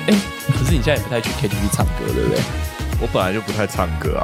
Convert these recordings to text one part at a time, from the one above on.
可是你现在也不太去 KTV 唱歌，对不对？ 我本来就不太唱歌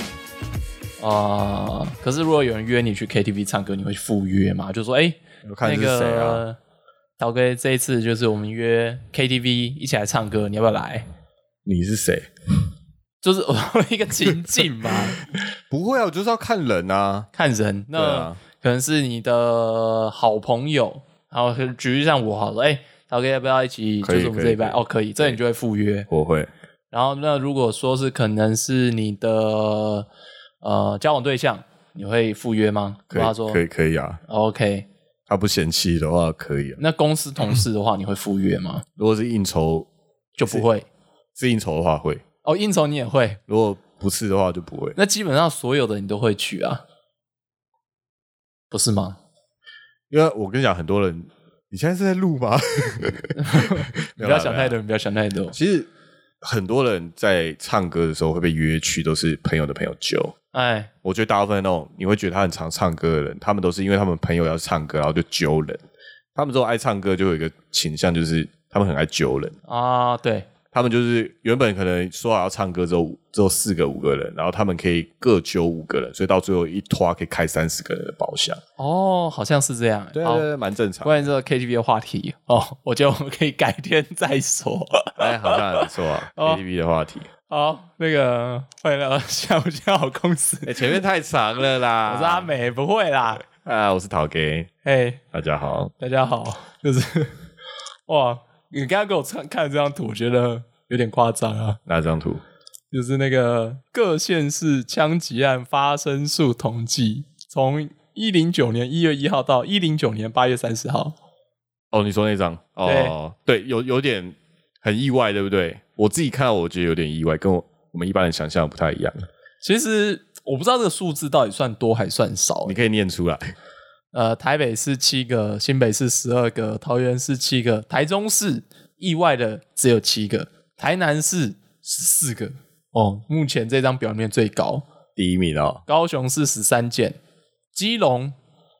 啊。 可是如果有人约你去 KTV 唱歌，你会赴约吗？就说看是谁啊？ 陶哥这一次就是我们约 KTV 一起来唱歌，你要不要来？ 你是谁？ 就是我一个情境嘛。 不会啊，我就是要看人啊， 看人。那可能是你的好朋友，然后举例像我好了，陶哥要不要一起？就是我们这一拜可以，这你就会赴约。 我会。 然后那如果说是可能是你的交往对象，你会赴约吗？ 可以啊。 OK， 他不嫌弃的话可以啊。 那公司同事的话，你会赴约吗？ 如果是应酬就不会。 是应酬的话会。 应酬你也会。 如果不是的话就不会。 那基本上所有的你都会去啊，不是吗？ 因为我跟你讲，很多人，你现在是在录吗？ 你不要想太多，你不要想太多。 其实很多人在唱歌的时候会被约去，都是朋友的朋友揪。我觉得大部分那种你会觉得他很常唱歌的人，他们都是因为他们朋友要唱歌，然后就揪人。他们之后爱唱歌，就有一个倾向，就是他们很爱揪人啊。对， 他们就是原本可能说好要唱歌之后只有4个5个人，然后他们可以各揪5个人，所以到最后一拖可以开30个人的包厢。 好像是这样。 对对对，蛮正常。 关于这个 KTV 的话题我觉得我们可以改天再说。 好像还不错啊。KTV 的话题。 好，那个欢迎来到下午见好公司。 前面太长了啦。 我是阿美，不会啦。 我是陶哥。大家好。 大家好。就是哇，你刚刚给我看这张图，我觉得有点夸张啊。 哪张图？ 就是那个各县市枪击案发生数统计，从109年1月1号到109年8月30号。 你说那张？对，有点很意外，对不对？我自己看到我觉得有点意外，跟我们一般人想象不太一样。 其实我不知道这个数字到底算多还算少。 你可以念出来。 台北市7个，新北市12个，桃园市7个，台中市意外的只有7个，台南市14个。目前这张表里面最高， 第一名高雄市13件，基隆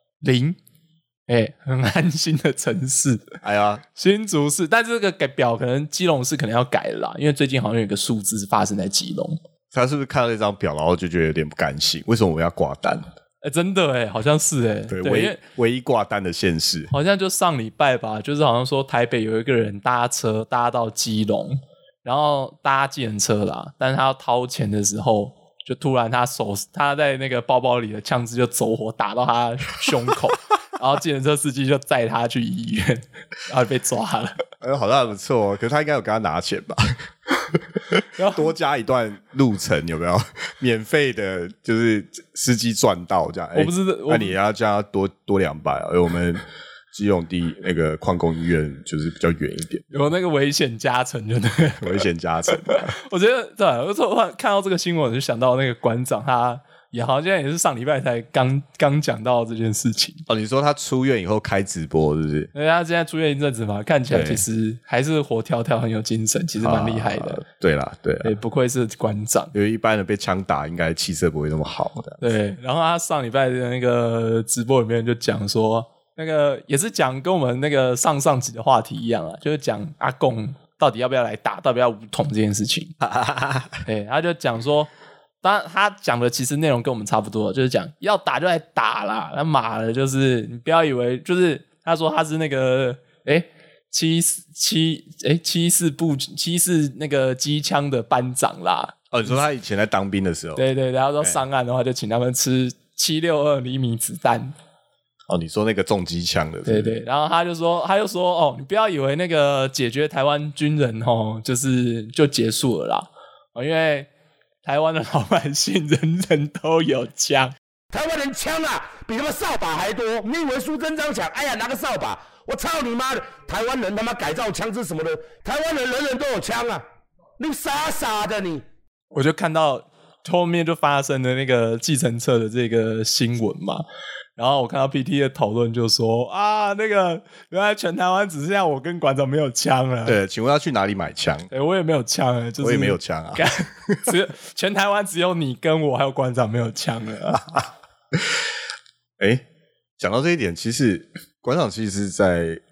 0。很安心的城市。新竹市，但这个表可能基隆市可能要改了啦，因为最近好像有一个数字是发生在基隆。 他是不是看到这张表然后就觉得有点不甘心？为什么我们要挂单？ 真的好像是对，唯一挂单的县市， 好像就上礼拜吧，就是好像说台北有一个人搭车搭到基隆，然后搭计程车啦，但是他要掏钱的时候，就突然他在那个包包里的枪支就走火打到他胸口。然后计程车司机就载他去医院，然后被抓了。 好像还不错可是他应该有跟他拿钱吧？多加一段路程有没有？免费的，就是司机赚到这样。 我不知道， 那你也要加多200因为我们基隆地那个矿工医院就是比较远一点， 有那个危险加成，就对， 危险加成。 我觉得对，我突然看到这个新闻，我就想到那个馆长他。也好像也是上礼拜才刚讲到这件事情。 你说他出院以后开直播是不是？ 因为他现在出院一阵子嘛，看起来其实还是活跳跳，很有精神，其实蛮厉害的。 对啦， 不愧是馆长。 因为一般人被枪打，应该气色不会那么好的。 对，然后他上礼拜的那个直播里面就讲说，那个也是讲跟我们那个上集的话题一样啊，就是讲阿共到底要不要来打，到底要武统这件事情。他就讲说。当然，他讲的其实内容跟我们差不多，就是讲要打就来打啦。那妈的，就是你不要以为就是他说他是那个747那个机枪的班长啦。 你说他以前在当兵的时候， 对，然后说上岸的话就请他们吃762厘米子弹。 你说那个重机枪的， 对，然后他就说你不要以为那个解决台湾军人就结束了啦，因为。台湾的老百姓人人都有枪， 台湾人枪啊比他妈扫把还多。你以为苏贞昌强？哎呀，拿个扫把，我操你妈的！台湾人他妈改造枪支什么的，台湾人人人都有枪啊！你傻的你！ 我就看到后面就发生了那个计程车的这个新闻嘛。然后我看到 PT 的讨论就说那个原来全台湾只剩下我跟馆长没有枪了。 对，请问要去哪里买枪？ 我也没有枪就是、 我也没有枪啊。 全台湾只有你跟我还有馆长没有枪了。 讲到这一点，其实馆长其实是在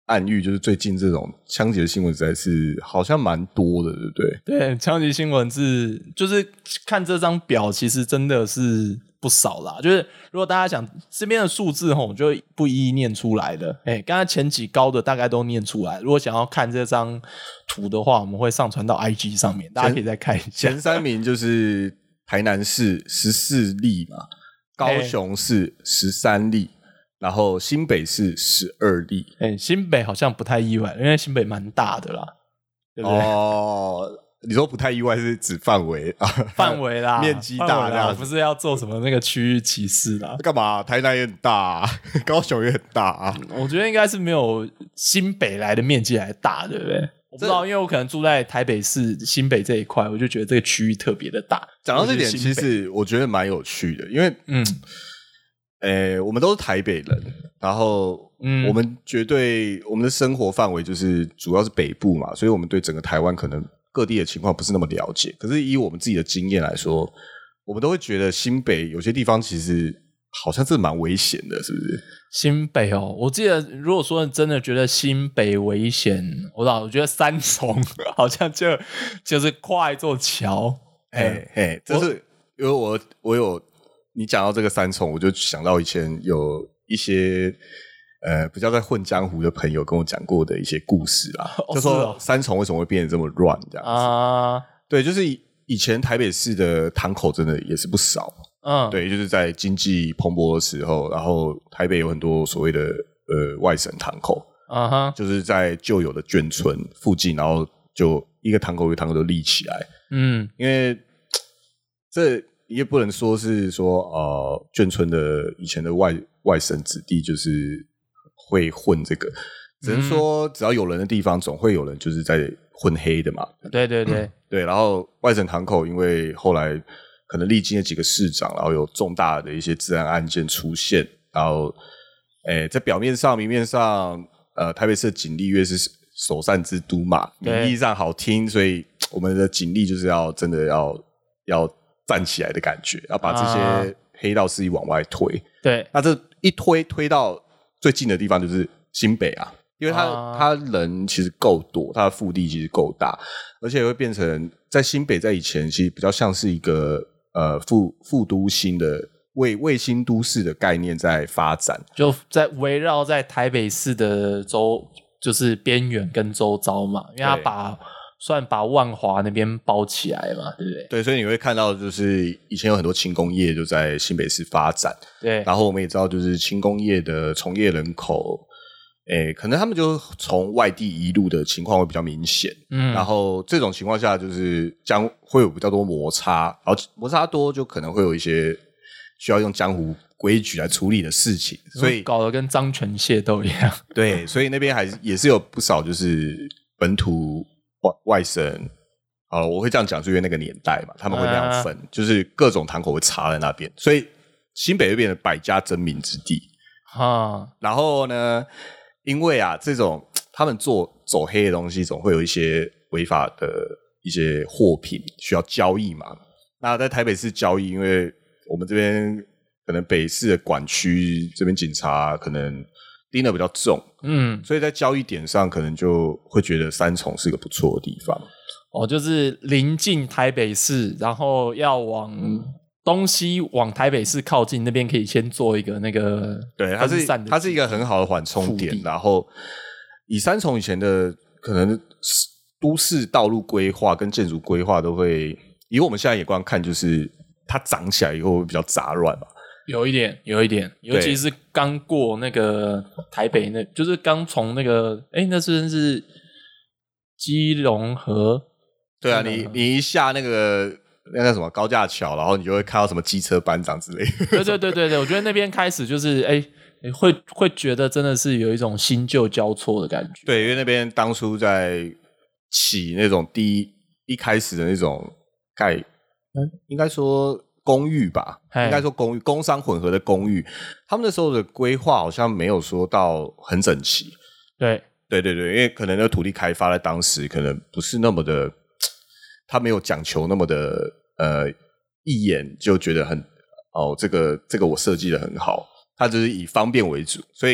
暗喻，就是最近这种枪击的新闻实在是好像蛮多的，对不对？ 对，枪击新闻就是看这张表，其实真的是不少啦。就是如果大家想这边的数字我就不一一念出来的。刚才前几高的大概都念出来。如果想要看这张图的话，我们会上传到 IG 上面，大家可以再看一下。 前3名就是台南市14例嘛，高雄市13例。然后新北市12例， 新北好像不太意外，因为新北蛮大的啦，对不对？ 哦，你说不太意外是指范围啊？ 范围啦， 面积大啦， 不是要做什么那个区域歧视啦？ 干嘛？台南也很大啊，高雄也很大啊。 我觉得应该是没有新北来的面积来大，对不对？我不知道，因为我可能住在台北市新北这一块，我就觉得这个区域特别的大。 讲到这点，其实我觉得蛮有趣的，因为我们都是台北人，然后我们我们的生活范围就是主要是北部嘛，所以我们对整个台湾可能各地的情况不是那么了解。可是以我们自己的经验来说，我们都会觉得新北有些地方其实好像是蛮危险的，是不是？ 新北我记得如果说真的觉得新北危险，我觉得三重好像就是跨一座桥。 这是因为我有。你讲到这个三重，我就想到以前有一些比较在混江湖的朋友跟我讲过的一些故事啦，就说三重为什么会变得这么乱这样子啊？对，就是以前台北市的堂口真的也是不少，对，就是在经济蓬勃的时候，然后台北有很多所谓的外省堂口，就是在旧有的眷村附近，然后就一个堂口一个堂口都立起来，因为这。也不能说是说眷村的以前的外省子弟就是会混这个，只能说只要有人的地方总会有人就是在混黑的嘛。对对对对，然后外省堂口因为后来可能历经了几个市长，然后有重大的一些治安案件出现，然后在表面上明面上台北市的警力越是首善之都嘛，名义上好听，所以我们的警力就是要真的要站起来的感觉，要把这些黑道势力往外推。对，那这一推到最近的地方就是新北啊，因为他人其实够多，他的腹地其实够大，而且会变成在新北在以前其实比较像是一个副都心的卫星都市的概念在发展，就在围绕在台北市的就是边缘跟周遭嘛，因为他把万华那边包起来嘛，对不对？ 对，所以你会看到，就是以前有很多轻工业就在新北市发展。对，然后我们也知道，就是轻工业的从业人口，可能他们就从外地移入的情况会比较明显。然后这种情况下，就是将会有比较多摩擦，然后摩擦多就可能会有一些需要用江湖规矩来处理的事情，所以搞得跟张权械斗一样。 对，所以那边也是有不少就是本土。外省，我会这样讲，是因为那个年代嘛，他们会那样分，就是各种堂口会插在那边，所以新北会变成百家争鸣之地。然后呢，因为这种他们走黑的东西，总会有一些违法的一些货品需要交易嘛。那在台北市交易，因为我们这边可能北市的管区这边警察可能盯得比较重，所以在交易点上可能就会觉得三重是个不错的地方。 就是临近台北市，然后要往东西往台北市靠近，那边可以先做一个那个对，它是一个很好的缓冲点。然后以三重以前的可能都市道路规划跟建筑规划都会，以我们现在眼光看，就是它长起来以后会比较杂乱嘛。 有一点，尤其是刚过那个台北就是刚从那个，那是基隆河。 对啊，你一下那个什么高架桥，然后你就会看到什么机车班长之类的。 对，我觉得那边开始就是会觉得真的是有一种新旧交错的感觉。 对，因为那边当初在起那种一开始的那种应该说。公寓吧，应该说公寓，工商混合的公寓，他们那时候的规划好像没有说到很整齐。对，因为可能那个土地开发在当时可能不是那么的，他没有讲求那么的一眼就觉得很这个我设计的很好，他就是以方便为主，所以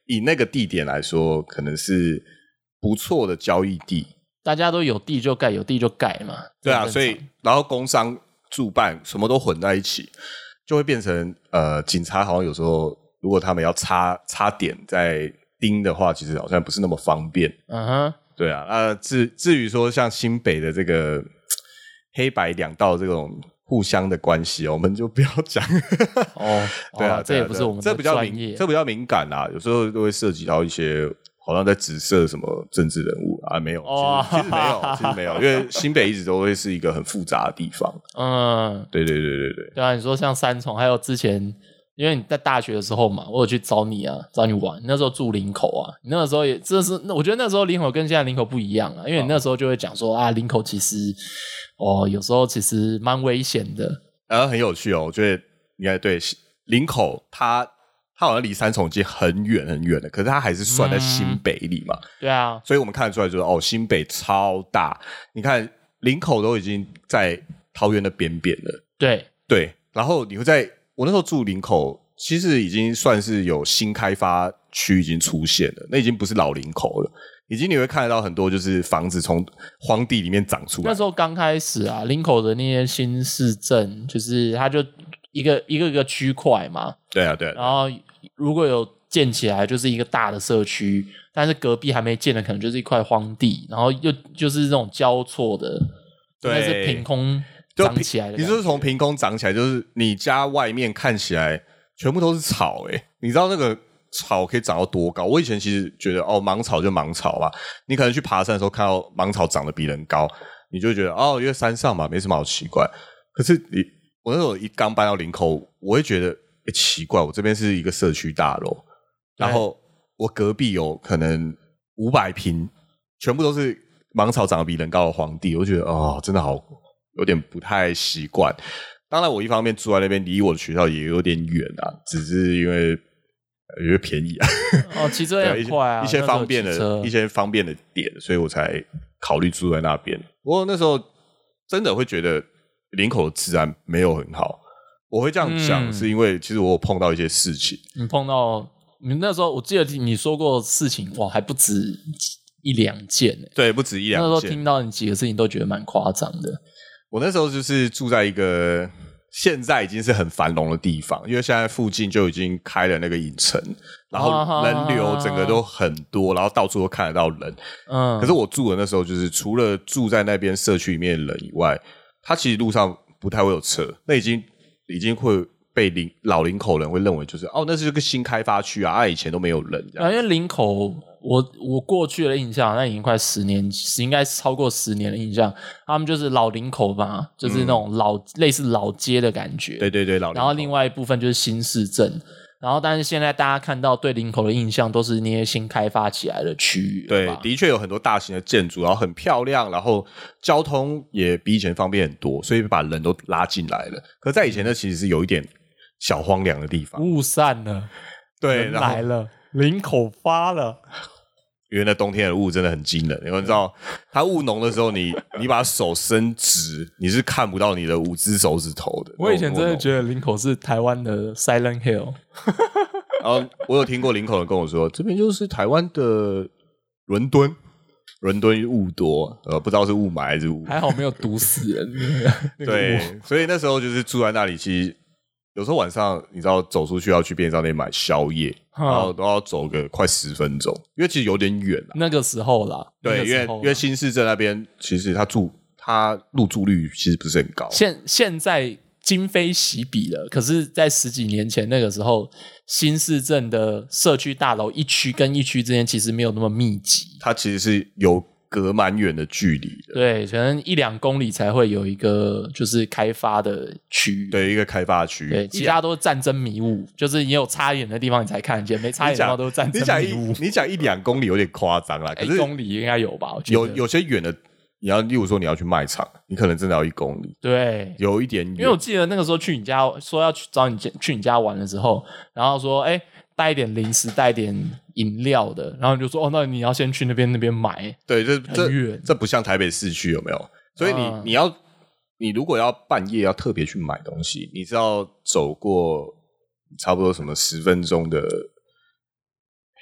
以那个地点来说，可能是不错的交易地。 大家都有地就盖，有地就盖嘛。 对啊，所以然后工商住办什么都混在一起，就会变成警察好像有时候如果他们要插点在盯的话，其实好像不是那么方便。嗯哼，对啊。至于说像新北的这个黑白两道这种互相的关系，我们就不要讲。哦，对啊， 这也不是我们的专业， 这比较敏感啊，有时候都会涉及到一些。好像在指涉什么政治人物啊？没有，其实没有，因为新北一直都会是一个很复杂的地方。嗯，对。 对啊，你说像三重，还有之前，因为你在大学的时候嘛，我有去找你玩，你那时候住林口啊，你那个时候也真的是，我觉得那时候林口跟现在林口不一样啊，因为你那时候就会讲说啊，林口其实有时候其实蛮危险的， 很有趣哦。我觉得应该对林口它好像离三重街很远很远的，可是它还是算在新北里嘛。 对啊， 所以我们看得出来就是新北超大。你看林口都已经在桃园的边边了。对，然后你会我那时候住林口，其实已经算是有新开发区已经出现了，那已经不是老林口了。已经你会看得到很多就是房子从荒地里面长出来。 那时候刚开始啊，林口的那些新市镇，就是它就一个区块嘛。 对啊。 然后如果有建起来，就是一个大的社区，但是隔壁还没建的，可能就是一块荒地，然后又就是这种交错的，对，是凭空长起来的。 你就是从凭空长起来，就是你家外面看起来全部都是草你知道那个草可以长到多高？我以前其实觉得芒草就芒草嘛，你可能去爬山的时候看到芒草长得比人高，你就会觉得因为山上嘛，没什么好奇怪。可是我那时候一刚搬到林口，我会觉得奇怪，我这边是一个社区大楼，然后我隔壁有可能500坪，全部都是芒草长得比人高的荒地，我觉得真的好有点不太习惯。当然我一方面住在那边离我的学校也有点远啊，只是因为便宜啊， 骑车也很快啊， 一些方便的点，所以我才考虑住在那边。不过那时候真的会觉得林口的治安没有很好。我会这样讲是因为其实我有碰到一些事情。 你那时候我记得你说过事情，哇，还不止1-2件。 对，不止1-2件。 那时候听到你几个事情都觉得蛮夸张的。 我那时候就是住在一个现在已经是很繁荣的地方，因为现在附近就已经开了那个影城，然后人流整个都很多，然后到处都看得到人。可是我住的那时候就是除了住在那边社区里面的人以外，他其实路上不太会有车，那已经会被老林口人会认为就是那是个新开发区啊，以前都没有人这样。 因为林口我过去的印象，那已经快10年，应该超过10年的印象。他们就是老林口嘛，就是那种类似老街的感觉。 对，老林口。 然后另外一部分就是新市镇。然后，但是现在大家看到对林口的印象都是那些新开发起来的区域。 对，的确有很多大型的建筑，然后很漂亮，然后交通也比以前方便很多，所以把人都拉进来了。可在以前呢，其实是有一点小荒凉的地方。 雾散了， 对， 来了，林口发了。 因为那冬天的雾真的很惊人，因为你知道它雾浓的时候你把手伸直，你是看不到你的5只手指头的。 我以前真的觉得林口是台湾的 Silent Hill。 然后我有听过林口人跟我说，这边就是台湾的伦敦雾多，不知道是雾霾还是雾， 还好没有毒死人。 对，所以那时候就是住在那里，其實有时候晚上你知道走出去要去便利商店买宵夜，然后都要走个快10分钟，因为其实有点远那个时候啦， 对，因为新市镇那边其实它入住率其实不是很高。 现在今非昔比了，可是在10几年前那个时候，新市镇的社区大楼一区跟一区之间其实没有那么密集， 它其实是有隔蛮远的距离的， 对，可能1-2公里才会有一个就是开发的区域， 对，一个开发区， 对，其他都是战争迷雾，就是你有插眼的地方你才看得见，没插眼的地方都是战争迷雾。 你讲1-2公里有点夸张啦，可是 1公里应该有吧？ 有些远的，例如说你要去卖场，你可能真的要1公里， 对， 有一点远。 因为我记得那个时候去你家，说要去找你去你家玩的时候，然后说带一点零食，带一点饮料的，然后你就说那你要先去那边买。对， 这不像台北市区有没有？所以你如果要半夜要特别去买东西，你是要走过差不多什么10分钟的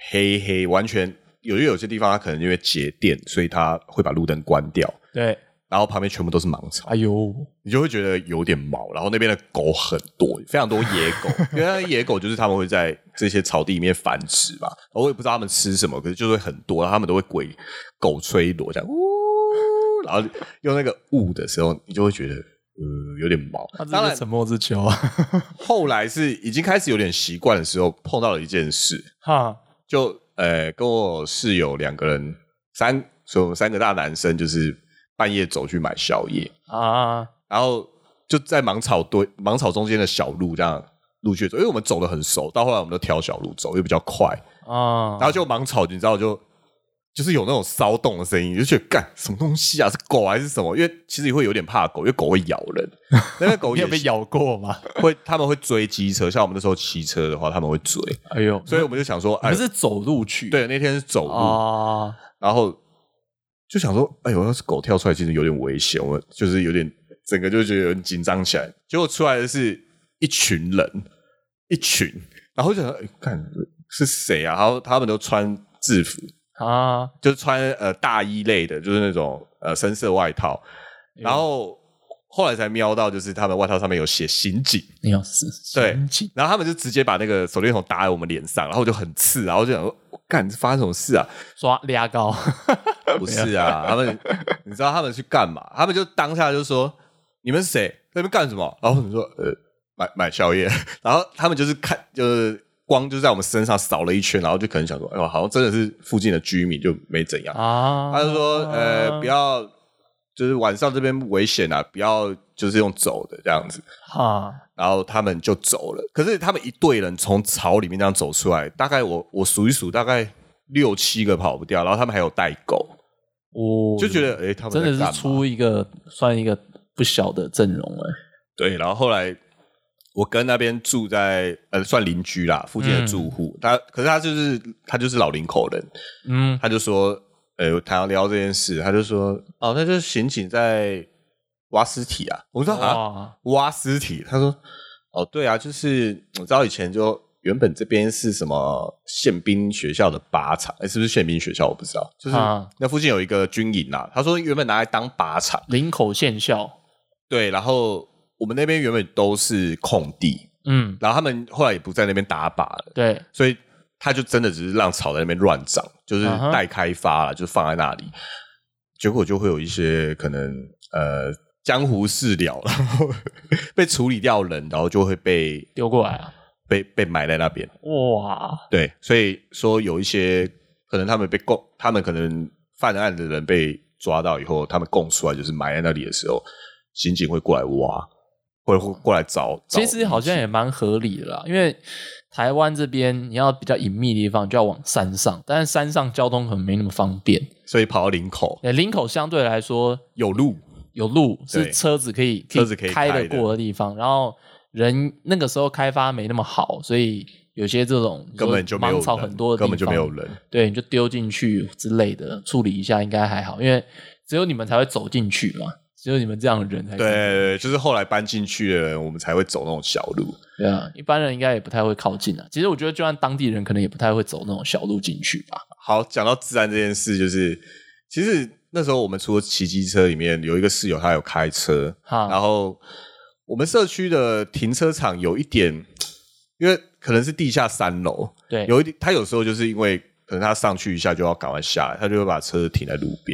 黑黑，完全有些地方它可能因为节电，所以它会把路灯关掉。 对， 然后旁边全部都是芒草。 哎呦， 你就会觉得有点毛。然后那边的狗很多，非常多野狗，因为那野狗就是他们会在这些草地里面繁殖嘛。我也不知道他们吃什么，可是就会很多，然后他们都会狗吹锣这样，呜，然后用那个雾的时候，你就会觉得有点毛。 当然沉默之丘啊。 后来是已经开始有点习惯的时候，碰到了一件事，就跟我室友2个人，所以我们3个大男生就是半夜走去买宵夜啊，然后就在芒草中间的小路这样路去走，因为我们走得很熟，到后来我们都挑小路走，又比较快啊。然后就芒草，你知道就是有那种骚动的声音，就觉得干什么东西啊？是狗还是什么？因为其实会有点怕狗，因为狗会咬人。那个狗也有被咬过吗？ 他们会追机车，像我们那时候骑车的话，他们会追。哎呦，所以我们就想说， 你们是走路去？ 对，那天是走路然后就想说，哎呦，要是狗跳出来，其实有点危险，我就是有点整个就觉得有点紧张起来。结果出来的是一群人，然后就想说，看是谁啊？然后他们都穿制服啊，就是穿大衣类的，就是那种深色外套。然后后来才瞄到，就是他们外套上面有写刑警，对，然后他们就直接把那个手电筒打在我们脸上，然后就很刺，然后就想说，干，发生什么事啊？ 刷牙膏？ 不是啊，他们你知道他们去干嘛？他们就当下就说，你们是谁？在那边干什么？然后你说买宵夜，然后他们就是就是光就在我们身上扫了一圈，然后就可能想说，哎呦，好像真的是附近的居民，就没怎样啊。他就说，不要，就是晚上这边危险啊，不要就是用走的这样子哈。然后他们就走了，可是他们一队人从草里面这样走出来，大概我数一数，大概6、7个跑不掉，然后他们还有带狗，就觉得他们真的是算一个不小的阵容了。 对，然后后来我跟那边住在算邻居啦，附近的住户，可是他就是老林口人，他就说，他要聊这件事，他就说，哦，那就是刑警在挖尸体啊。我说啊，挖尸体？他说，哦，对啊，就是我知道以前就原本这边是什么宪兵学校的靶场，是不是宪兵学校？我不知道，就是那附近有一个军营啊。他说原本拿来当靶场， 林口县校。 对，然后我们那边原本都是空地，然后他们后来也不在那边打靶了， 对， 所以他就真的只是让草在那边乱长，就是待开发了，就放在那里，结果就会有一些可能江湖事了，然后被处理掉人，然后就会被丢过来啊， 被埋在那边。 哇， 对，所以说有一些可能他们可能犯案的人被抓到以后，他们供出来就是埋在那里的时候，刑警会过来挖，或者会过来找。 其实好像也蛮合理的啦，因为台湾这边你要比较隐秘的地方就要往山上，但是山上交通可能没那么方便， 所以跑到林口。 林口相对来说有路是车子可以开得过的地方，然后人那个时候开发没那么好，所以有些这种根本就没有人， 芒草很多的地方根本就没有人， 对，你就丢进去之类的处理一下应该还好，因为只有你们才会走进去嘛，只有你们这样的人才对，就是后来搬进去的人，我们才会走那种小路。 对啊，一般人应该也不太会靠近啊。其实我觉得，就算当地人，可能也不太会走那种小路进去吧。 好，讲到治安这件事，就是其实那时候我们除了骑机车，里面有一个室友他有开车，然后我们社区的停车场有一点，因为可能是地下3楼， 对， 有一点，他有时候就是因为可能他上去一下就要赶快下来，他就会把车停在路边，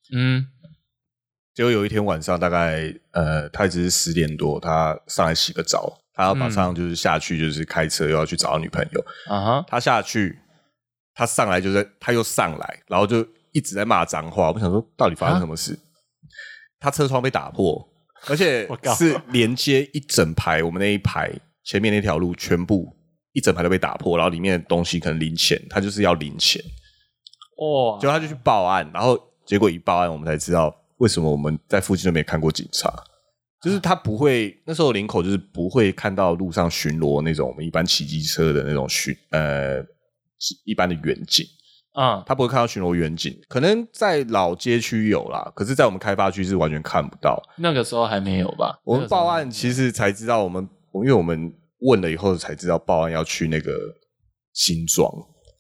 结果有一天晚上大概他一直是10点多，他上来洗个澡，他要马上就是下去就是开车又要去找他女朋友，他下去他上来就是他又上来，然后就一直在骂脏话，我想说到底发生什么事，他车窗被打破，而且是连接一整排，我们那一排前面那条路全部一整排都被打破，然后里面的东西可能零钱，他就是要零钱，结果他就去报案，然后结果一报案我们才知道为什么我们在附近都没看过警察，就是他不会，那时候林口就是不会看到路上巡逻那种我们一般骑机车的那种一般的远景，他不会看到巡逻远景，可能在老街区有啦，可是在我们开发区是完全看不到。 那个时候还没有吧？ 我们报案其实才知道，因为我们问了以后才知道报案要去那个新庄，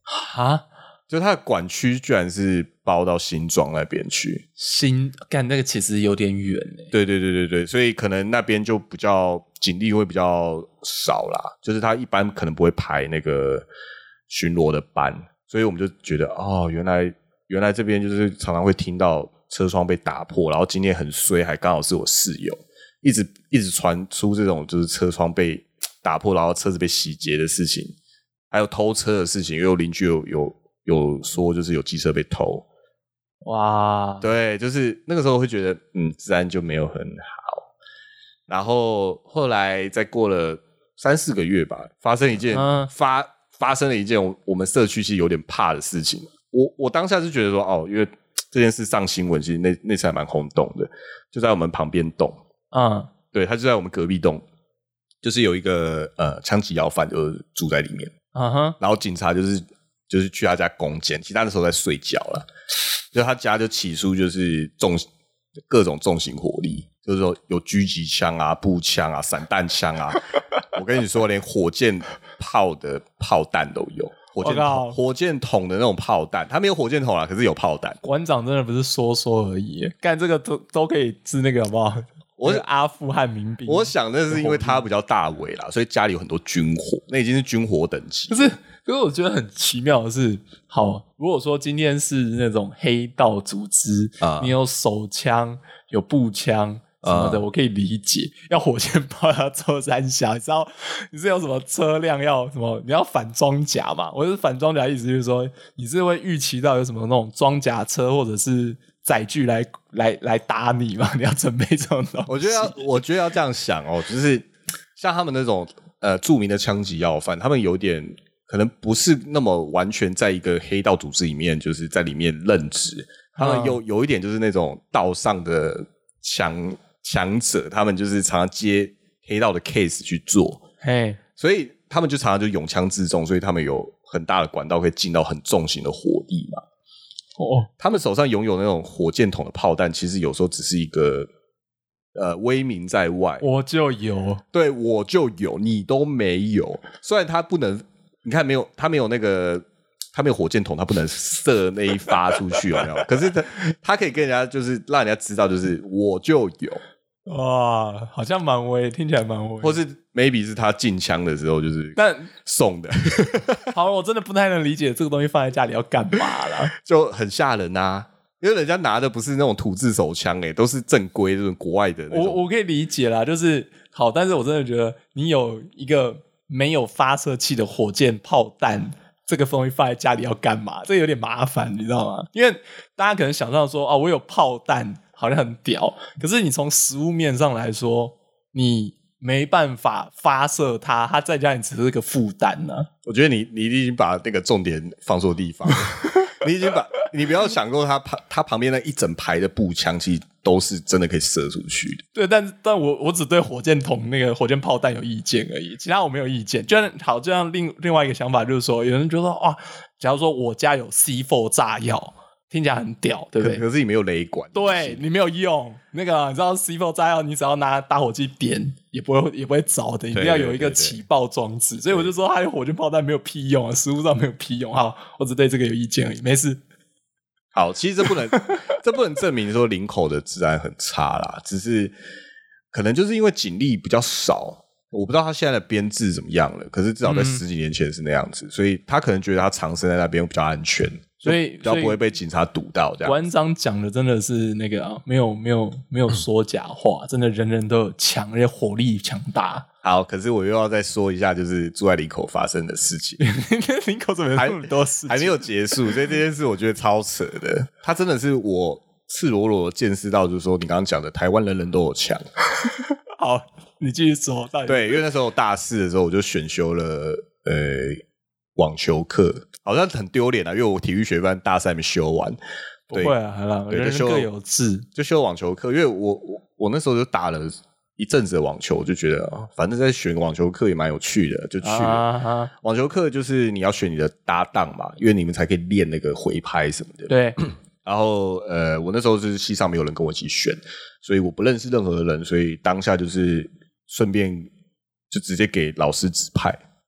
啊， 就它的管区居然是包到新庄那边去， 干那个其实有点远对，所以可能那边就比较警力会比较少啦，就是他一般可能不会排那个巡逻的班，所以我们就觉得哦，原来这边就是常常会听到车窗被打破，然后今天很衰，还刚好是我室友，一直传出这种就是车窗被打破，然后车子被洗劫的事情，还有偷车的事情，因为我邻居有说就是有机车被偷。 哇， 对，就是那个时候会觉得治安就没有很好，然后后来再过了3-4个月吧，发生了一件我们社区其实有点怕的事情。我当下是觉得说因为这件事上新闻，其实那次还蛮轰动的，就在我们旁边栋，对，他就在我们隔壁栋，就是有一个枪击要犯就是住在里面，然后警察就是去他家攻坚，其实他那时候在睡觉啦，就他家就起诉就是各种重型火力，就是说有狙击枪啊、步枪啊、散弹枪啊，我跟你说连火箭炮的炮弹都有，火箭筒的那种炮弹，他没有火箭筒啦，可是有炮弹。 馆长真的不是说而已，干这个都可以是那个好不好？我是阿富汗民兵。 我想那是因为他比较大尾啦，所以家里有很多军火，那已经是军火等级。 可是我觉得很奇妙的是，好，如果说今天是那种黑道组织，你有手枪、有步枪什么的，我可以理解。要火箭炮要抽三小，你知道你是有什么车辆要什么？你要反装甲嘛？我是反装甲，意思就是说你是会预期到有什么那种装甲车或者是载具来打你嘛？你要准备这种东西。 我觉得要这样想就是像他们那种著名的枪击要犯，他们有点可能不是那么完全在一个黑道组织里面，就是在里面任职。他们有一点就是那种道上的强者，他们就是常常接黑道的 case 去做，所以他们就常常就拥枪自重，所以他们有很大的管道可以进到很重型的火力嘛。他们手上拥有那种火箭筒的炮弹，其实有时候只是一个威名在外。 我就有， 对，我就有，你都没有。虽然他不能，你看他没有那个，他没有火箭筒，他不能射那一发出去，有没有？可是他可以跟人家就是让人家知道，就是我就有。 哇，好像蛮威，听起来蛮威， 或是 maybe 是他进枪的时候就是送的。 好，我真的不太能理解这个东西放在家里要干嘛啦， 就很吓人啊！因为人家拿的不是那种土制手枪都是正规这种国外的那种。 我可以理解啦，就是好，但是我真的觉得你有一个没有发射器的火箭炮弹，这个东西放在家里要干嘛？这有点麻烦，你知道吗？因为大家可能想象说我有炮弹好像很屌，可是你从实物面上来说，你没办法发射它在家里只是个负担呢。 我觉得你已经把那个重点放错地方了。你不要想过他旁边那一整排的步枪其实都是真的可以射出去的。 对，但我只对火箭筒那个火箭炮弹有意见而已，其他我没有意见。就像另外一个想法就是说，有人就说假如说我家有 C4 炸药，听起来很屌，对不对？ 可是你没有雷管， 对，你没有用那个，你知道 C4 炸药，你只要拿打火机点也不会着的，一定要有一个起爆装置。所以我就说，它有火箭炮弹没有屁用啊，实物上没有屁用。好，我只对这个有意见而已，没事。 好，其实这不能证明说林口的治安很差啦，只是可能就是因为警力比较少。我不知道他现在的编制怎么样了，可是至少在10几年前是那样子，所以他可能觉得他藏身在那边比较安全， 所以比较不会被警察堵到这样。 馆长讲的真的是那个没有说假话，真的人人都有枪，而且火力强大。 好，可是我又要再说一下，就是住在林口发生的事情。 林口怎么有那么多事情？ 还没有结束，所以这件事我觉得超扯的。他真的是我赤裸裸见识到，就是说你刚刚讲的台湾人人都有枪。 好，你继续说。 对，因为那时候我大4的时候，我就选修了网球课，好像很丢脸啊，因为我体育学班大3没修完。 不会啊，好啦，人人各有志， 就修网球课，因为我那时候就打了一阵子的网球，我就觉得反正在选网球课也蛮有趣的，就去了。网球课就是你要选你的搭档嘛，因为你们才可以练那个回拍什么的。 对。 然后我那时候就是系上没有人跟我一起选，所以我不认识任何人，所以当下就是顺便就直接给老师指派，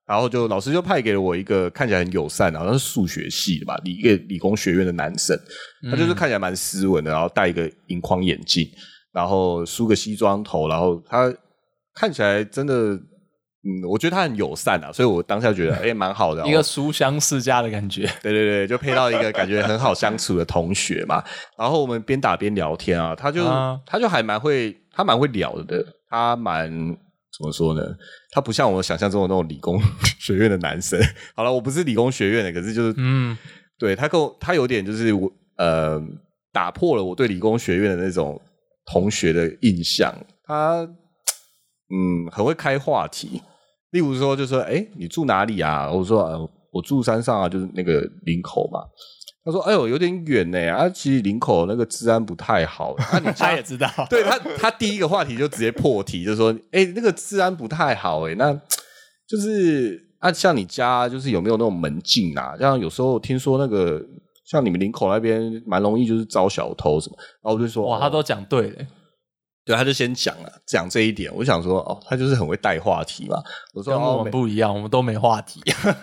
然后老师就派给了我一个看起来很友善，好像是数学系的吧，一个理工学院的男生，他就是看起来蛮斯文的，然后戴一个银框眼镜，然后梳个西装头，然后他看起来真的。我觉得他很友善啊，所以我当下觉得蛮好的， 一个书香世家的感觉。 对对对，就配到一个感觉很好相处的同学嘛。然后我们边打边聊天啊，他就还蛮会聊的，他蛮怎么说呢？他不像我想象中的那种理工学院的男生。好了，我不是理工学院的，可是就是对他有点就是打破了我对理工学院的那种同学的印象。他很会开话题。例如说就说你住哪里啊？我说我住山上啊，就是那个林口嘛。他说有点远呢啊，其实林口那个治安不太好啊。你他也知道， 对他第一个话题就直接破题，就说那个治安不太好那就是像你家就是有没有那种门禁啊？像有时候听说那个像你们林口那边蛮容易就是招小偷什么，然后我就说哇，他都讲对了。 对，他就先讲这一点，我想说他就是很会带话题嘛。我说跟我们不一样，我们都没话题。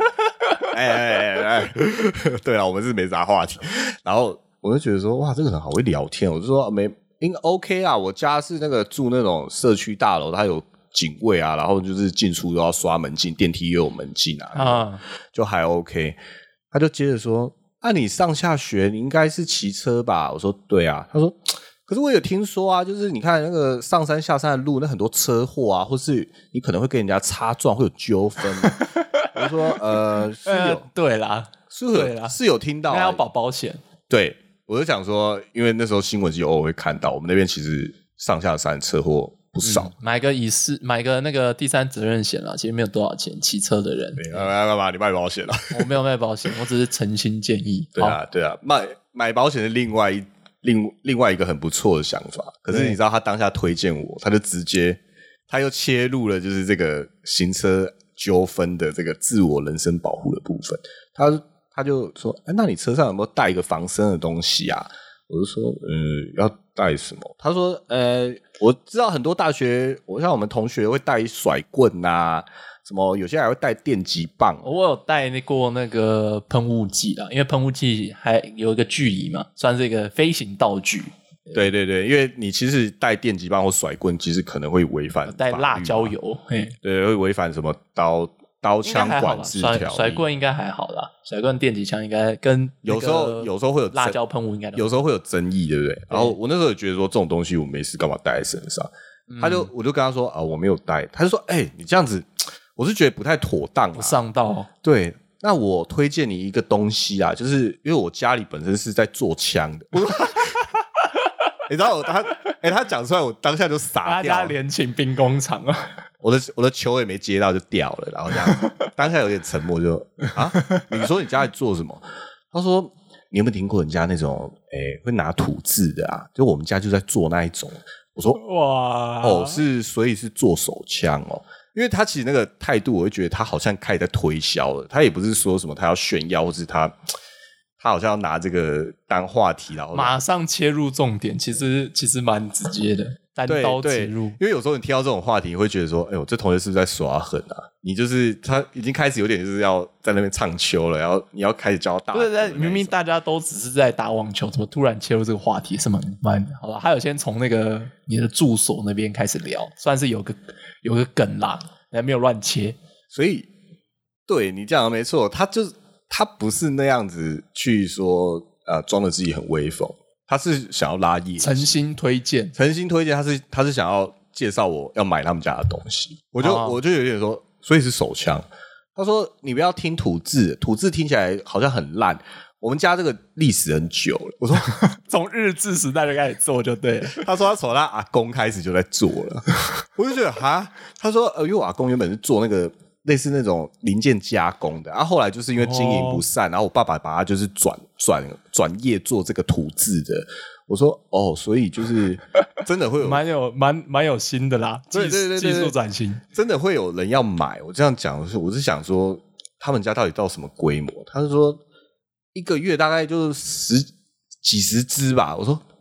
对啊，我们是没啥话题。然后我就觉得说，哇，这个人好会聊天。我就说应该 OK 啊，我家是那个住那种社区大楼，它有警卫啊，然后就是进出都要刷门禁，电梯也有门禁啊，就还 OK。他就接着说，你上下学你应该是骑车吧？我说对啊。他说。可是我有听说啊，就是你看那个上山下山的路，那很多车祸啊，或是你可能会跟人家擦撞，会有纠纷。我说是有对啦， 是有听到， 那要保险。 对，我就想说，因为那时候新闻就偶尔会看到，我们那边其实上下山车祸不少。 买个那个第三责任险啦，其实没有多少钱，骑车的人。 干嘛？你卖保险了？ 我没有卖保险，我只是诚心建议。 对啊，买保险是另外一个很不错的想法，可是你知道他当下推荐我，他就直接他又切入了就是这个行车纠纷的这个自我人身保护的部分。他就说那你车上有没有带一个防身的东西啊？我就说要带什么？他说我知道很多大学，像我们同学会带甩棍啊，什么有些还会带电击棒。 我有带过那个喷雾剂啦，因为喷雾剂还有一个距离嘛，算是一个飞行道具。 对对对，因为你其实带电击棒或甩棍，其实可能会违反带辣椒油， 对，会违反什么刀枪管制条例。 甩棍应该还好啦，甩棍电击枪应该跟有时候会有辣椒喷雾应该有时候会有争议，对不对？然后我那时候也觉得说这种东西我没事干嘛带在身上，我就跟他说我没有带，他就说你这样子。我是觉得不太妥当不上道。 对，那我推荐你一个东西啊，就是因为我家里本身是在做枪的。你知道他讲出来，我当下就傻掉了。 大家联勤兵工厂啊， 我的球也没接到就掉了，然后这样当下有点沉默，就你说你家里做什么？他说你有没有听过人家那种会拿土制的啊？就我们家就在做那一种。我说哇所以是做手枪哦。因为他其实那个态度，我会觉得他好像开始在推销了。他也不是说什么他要炫耀，或是他好像要拿这个当话题，然后马上切入重点，其实蛮直接的，单刀直入。 因为有时候你听到这种话题，你会觉得说：“我这同学是不是在耍狠啊？”你就是他已经开始有点就是要在那边唱秋了，然后你要开始教大。 不是，明明大家都只是在打网球，怎么突然切入这个话题？是蛮好吧？还有先从那个你的住所那边开始聊，算是有个梗啦，还没有乱切。 所以对你讲的没错，他不是那样子去说装的自己很威风，他是想要拉业绩， 诚心推荐， 他是想要介绍我要买他们家的东西，我就有点说，所以是手枪。他说你不要听土制听起来好像很烂，我们家这个历史很久了。我说从日治时代就开始做就对了。 他说他从他阿公开始就在做了，我就觉得他说因为我阿公原本是做那个类似那种零件加工的，后来就是因为经营不善，然后我爸爸把他就是转业做这个土制的。我说所以就是真的会有蛮有心的啦， 对技术转型， 真的会有人要买。我这样讲我是想说他们家到底到什么规模？他是说一个月大概就几十支吧。我说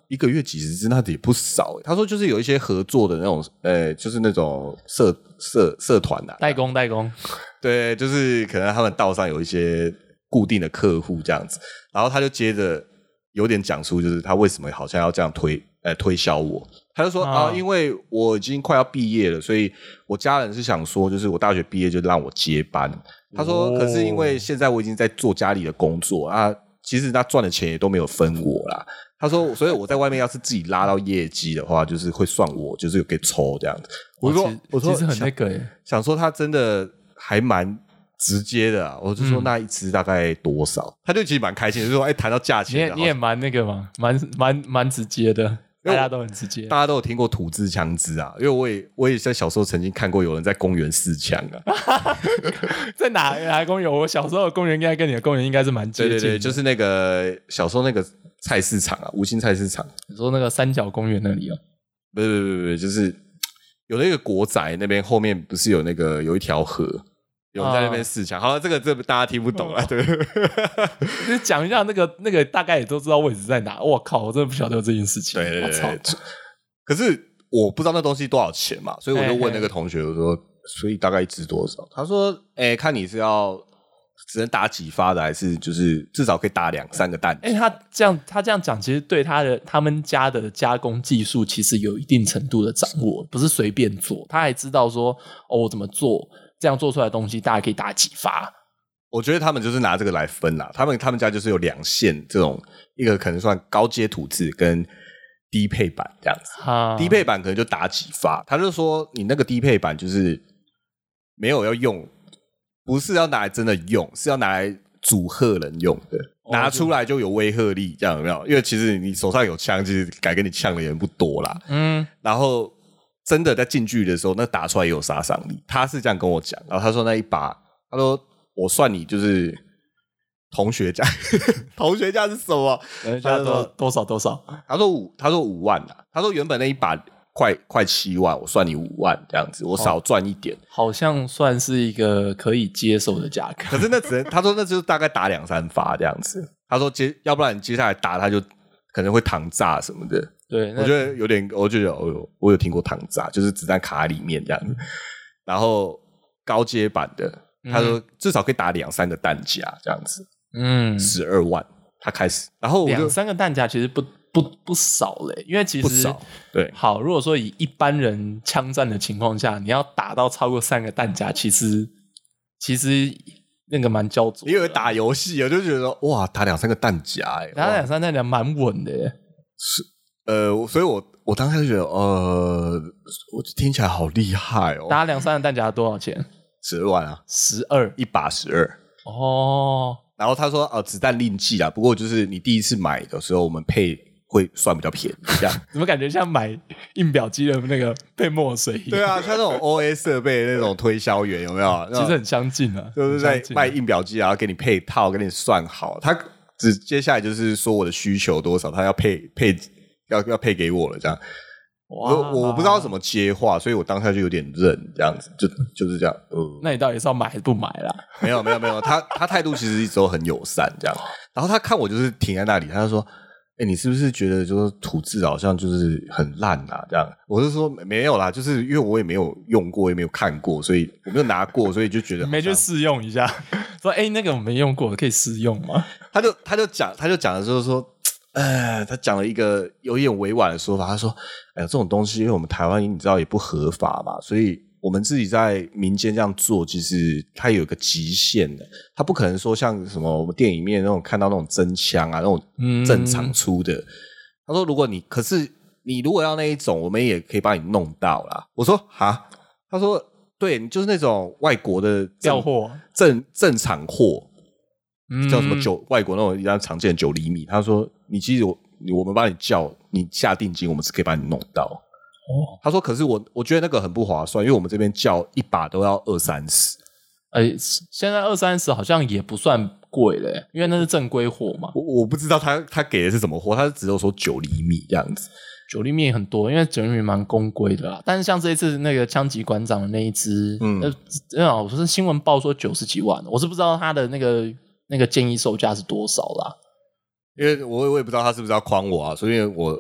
1个月几十支，那也不少。他说就是有一些合作的那种，就是那种社团啊， 代工， 对，就是可能他们道上有一些固定的客户这样子，然后他就接着有点讲出，就是他为什么好像要这样推销我。他就说因为我已经快要毕业了，所以我家人是想说，就是我大学毕业就让我接班。他说，可是因为现在我已经在做家里的工作啊，其实他赚的钱也都没有分我啦。他说，所以我在外面要是自己拉到业绩的话，就是会算我，就是有给抽这样子。我说其实很那个耶， 想说他真的还蛮直接的啊。我就说那一支大概多少？他就其实蛮开心的，就说谈到价钱， 你也蛮那个嘛，蛮直接的。大家都很直接， 大家都有听过土制枪支啊，因为我也在小时候曾经看过有人在公园试枪啊。 在哪公园？我小时候的公园应该跟你的公园应该是蛮接近的。 对，就是那个小时候那个菜市场啊，无心菜市场。 你说那个三角公园那里哦？ 不，就是有那个国宅那边后面不是有一条河。有人在那边试枪，好了，这大家听不懂了，对。 你讲一下那个大概也都知道位置在哪。我靠，我真的不晓得有这件事情。 对。可是我不知道那东西多少钱嘛，所以我就问那个同学，我说，所以大概一支多少？他说，看你是要只能打几发的，还是就是至少可以打2-3个弹。 他这样讲，其实对他们家的加工技术其实有一定程度的掌握，不是随便做，他还知道说我怎么做。这样做出来的东西，大概可以打几发？ 我觉得他们就是拿这个来分啦。他们家就是有2线这种，一个可能算高阶土制跟低配版这样子。低配版可能就打几发。他就说你那个低配版就是没有要用，不是要拿来真的用，是要拿来阻吓人用的。拿出来就有威慑力，这样有没有？因为其实你手上有枪，其实敢跟你呛的人不多啦。然后。真的在近距离的时候，那打出来也有杀伤力。他是这样跟我讲，然后他说那一把，他说我算你就是同学价，同学价是什么？ 他说多少？ 他说5万啦。他说原本那一把快7万，我算你5万这样子，我少赚一点， 好像算是一个可以接受的价格。 可是那只能他说那就是大概打2-3发这样子。他说要不然你接下来打他就可能会膛炸什么的。 对， 我觉得有点，我觉得我有听过膛炸，就是子弹卡在里面这样子。然后高阶版的，他说至少可以打2-3个弹夹这样子。12万他开始，然后 2-3个弹夹其实不少嘞，因为其实不少。对， 好，如果说以一般人枪战的情况下，你要打到超过3个弹夹，其实那个蛮焦灼的。 因为打游戏，我就觉得哇，打2-3个弹夹， 打2-3弹夹蛮稳的耶。 是。所以我当时就觉得，我听起来好厉害哦！ 打2-3个弹夹多少钱 ？12万啊 ，12 一把12 哦。 然后他说，子弹另计啦，不过就是你第一次买的时候，我们配会算比较便宜，这样。 怎么感觉像买印表机的那个配墨水一样？ 对啊，像那种 OA 设备那种推销员有没有？ 其实很相近啊， 就是在卖印表机，然后给你配套，给你算好。他接下来就是说我的需求多少，他要配给我了，这样。我不知道怎么接话，所以我当下就有点认这样子，就是这样。 那你到底是要买还是不买啦？ 没有，他态度其实一直都很友善这样。然后他看我就是停在那里，他就说：“你是不是觉得就是土制好像就是很烂啊？”这样，我就说没有啦，就是因为我也没有用过，也没有看过，所以我没有拿过，所以就觉得没去试用一下。说那个我没用过，可以试用吗？ 他就讲的就是说。他讲了一个有点委婉的说法，他说：“这种东西，因为我们台湾你知道也不合法嘛，所以我们自己在民间这样做，其实它有一个极限的，它不可能说像什么我们电影里面那种看到那种真枪啊，那种正常出的。他说，可是你如果要那一种，我们也可以帮你弄到啦。”我说：“哈？”他说：“对，你就是那种外国的调货， 正常货。”叫什么外国那种比较常见的9厘米，他说你其实我们帮你叫，你下定金，我们是可以帮你弄到。他说可是我觉得那个很不划算，因为我们这边叫一把都要20-30。 现在20-30好像也不算贵了，因为那是正规货嘛。 我不知道他给的是什么货，他只有说9厘米这样子。 9厘米很多，因为9厘米蛮公规的啦。但是像这一次那个枪击馆长的那一支，我说是新闻报说90几万，我是不知道他的那个建议售价是多少啦， 因为我也不知道他是不是要诓我啊，所以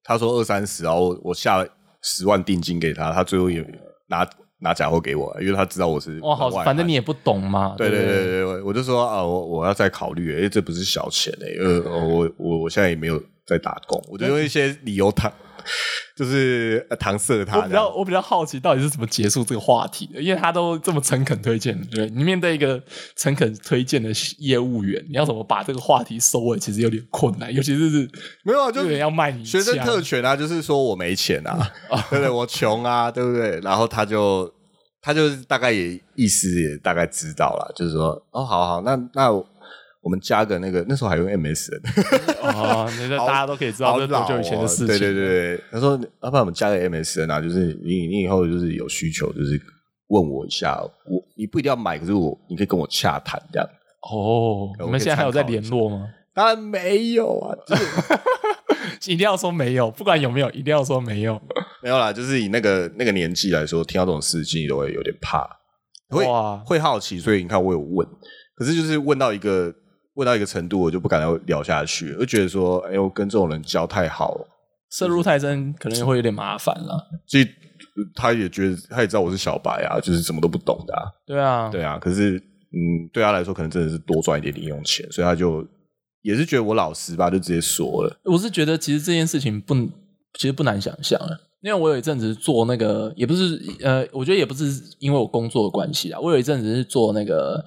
他说20-30，然后我下10万定金给他，他最后也拿假货给我，因为他知道我是哇，好，反正你也不懂嘛。 对，我就说啊，我要再考虑，这不是小钱我现在也没有在打工，我就用一些理由就是搪塞他。 我比较好奇到底是怎么结束这个话题的，因为他都这么诚恳推荐，对，你面对一个诚恳推荐的业务员，你要怎么把这个话题收尾，其实有点困难，尤其是没有啊，就有人要卖你学生特权啊，就是说我没钱啊，对不对？我穷啊，对不对？然后他就大概也意思也大概知道了，就是说好，那我们加个那时候还用 MSN 那大家都可以知道这是多久以前的事情。 对，他说要不然我们加个 MSN 啊，就是你以后就是有需求就是问我一下，你不一定要买，可是你可以跟我洽谈这样。 你们现在还有在联络吗？ 当然没有啊， 一定要说没有，不管有没有，一定要说没有。 没有啦，就是以那个年纪来说，听到这种事情都会有点怕，会好奇，所以你看我有问，可是就是问到一个程度，我就不敢再聊下去，就觉得说，我跟这种人交太好了， 涉入太深，可能会有点麻烦了。 所以他也知道我是小白啊，就是什么都不懂的啊。对啊，可是对他来说，可能真的是多赚一点零用钱，所以他就也是觉得我老实吧，就直接说了。 我是觉得其实这件事情其实不难想象啊。因为我有一阵子做那个，也不是我觉得也不是因为我工作的关系啊，我有一阵子是做那个